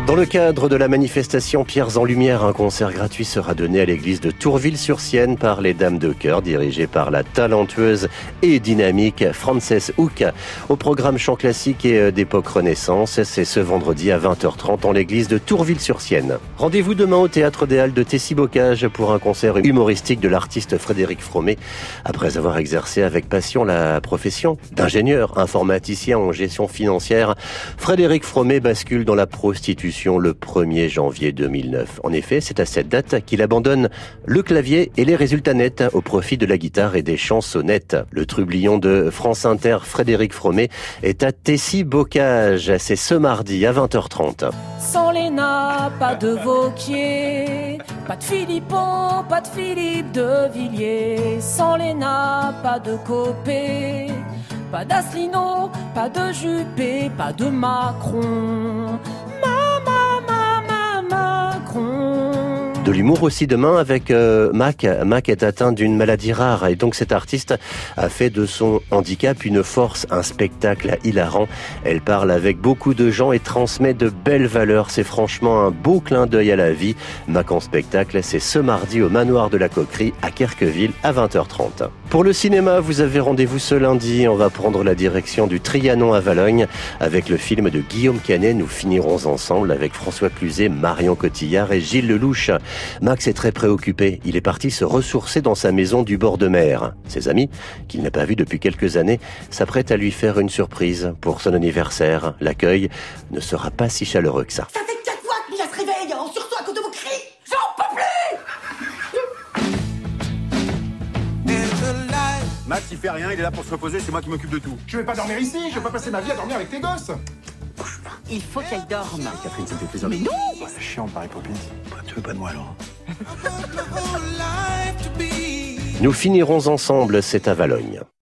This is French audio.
Dans le cadre de la manifestation Pierres en Lumière, un concert gratuit sera donné à l'église de Tourville-sur-Sienne par les Dames de Chœur, dirigées par la talentueuse et dynamique Frances Hook. Au programme chant classique et d'époque Renaissance, c'est ce vendredi à 20h30 en l'église de Tourville-sur-Sienne. Rendez-vous demain au Théâtre des Halles de Tessy-Bocage pour un concert humoristique de l'artiste Frédéric Fromet. Après avoir exercé avec passion la profession d'ingénieur informaticien en gestion financière, Frédéric Fromet bascule dans la prostitution le 1er janvier 2009. En effet, c'est à cette date qu'il abandonne le clavier et les résultats nets au profit de la guitare et des chansonnettes. Le trublion de France Inter, Frédéric Fromet, est à Tessy-Bocage. C'est ce mardi à 20h30. Sans Léna, pas de Vauquier, pas de Philippon, pas de Philippe de Villiers. Sans Léna, pas de Copé, pas d'Asselineau, pas de Juppé, pas de Macron. De l'humour aussi demain avec Mac. Mac est atteint d'une maladie rare et donc cet artiste a fait de son handicap une force, un spectacle hilarant. Elle parle avec beaucoup de gens et transmet de belles valeurs. C'est franchement un beau clin d'œil à la vie. Mac en spectacle, c'est ce mardi au Manoir de la Coquerie à Querqueville à 20h30. Pour le cinéma, vous avez rendez-vous ce lundi. On va prendre la direction du Trianon à Valogne avec le film de Guillaume Canet. Nous finirons ensemble avec François Cluzet, Marion Cotillard et Gilles Lelouch. Max est très préoccupé. Il est parti se ressourcer dans sa maison du bord de mer. Ses amis, qu'il n'a pas vus depuis quelques années, s'apprêtent à lui faire une surprise pour son anniversaire. L'accueil ne sera pas si chaleureux que ça. Ça fait 4 fois que Mila se réveille, en sursaut à cause de vos cris. J'en peux plus. Max, il fait rien, il est là pour se reposer, c'est moi qui m'occupe de tout. Je vais pas dormir ici, je vais pas passer ma vie à dormir avec tes gosses. Il faut qu'elle dorme. Catherine, ça me fait plaisir. Mais non. C'est chiant, Paris Poppins. Tu veux pas de moi, alors? Nous finirons ensemble, c'est à Valogne.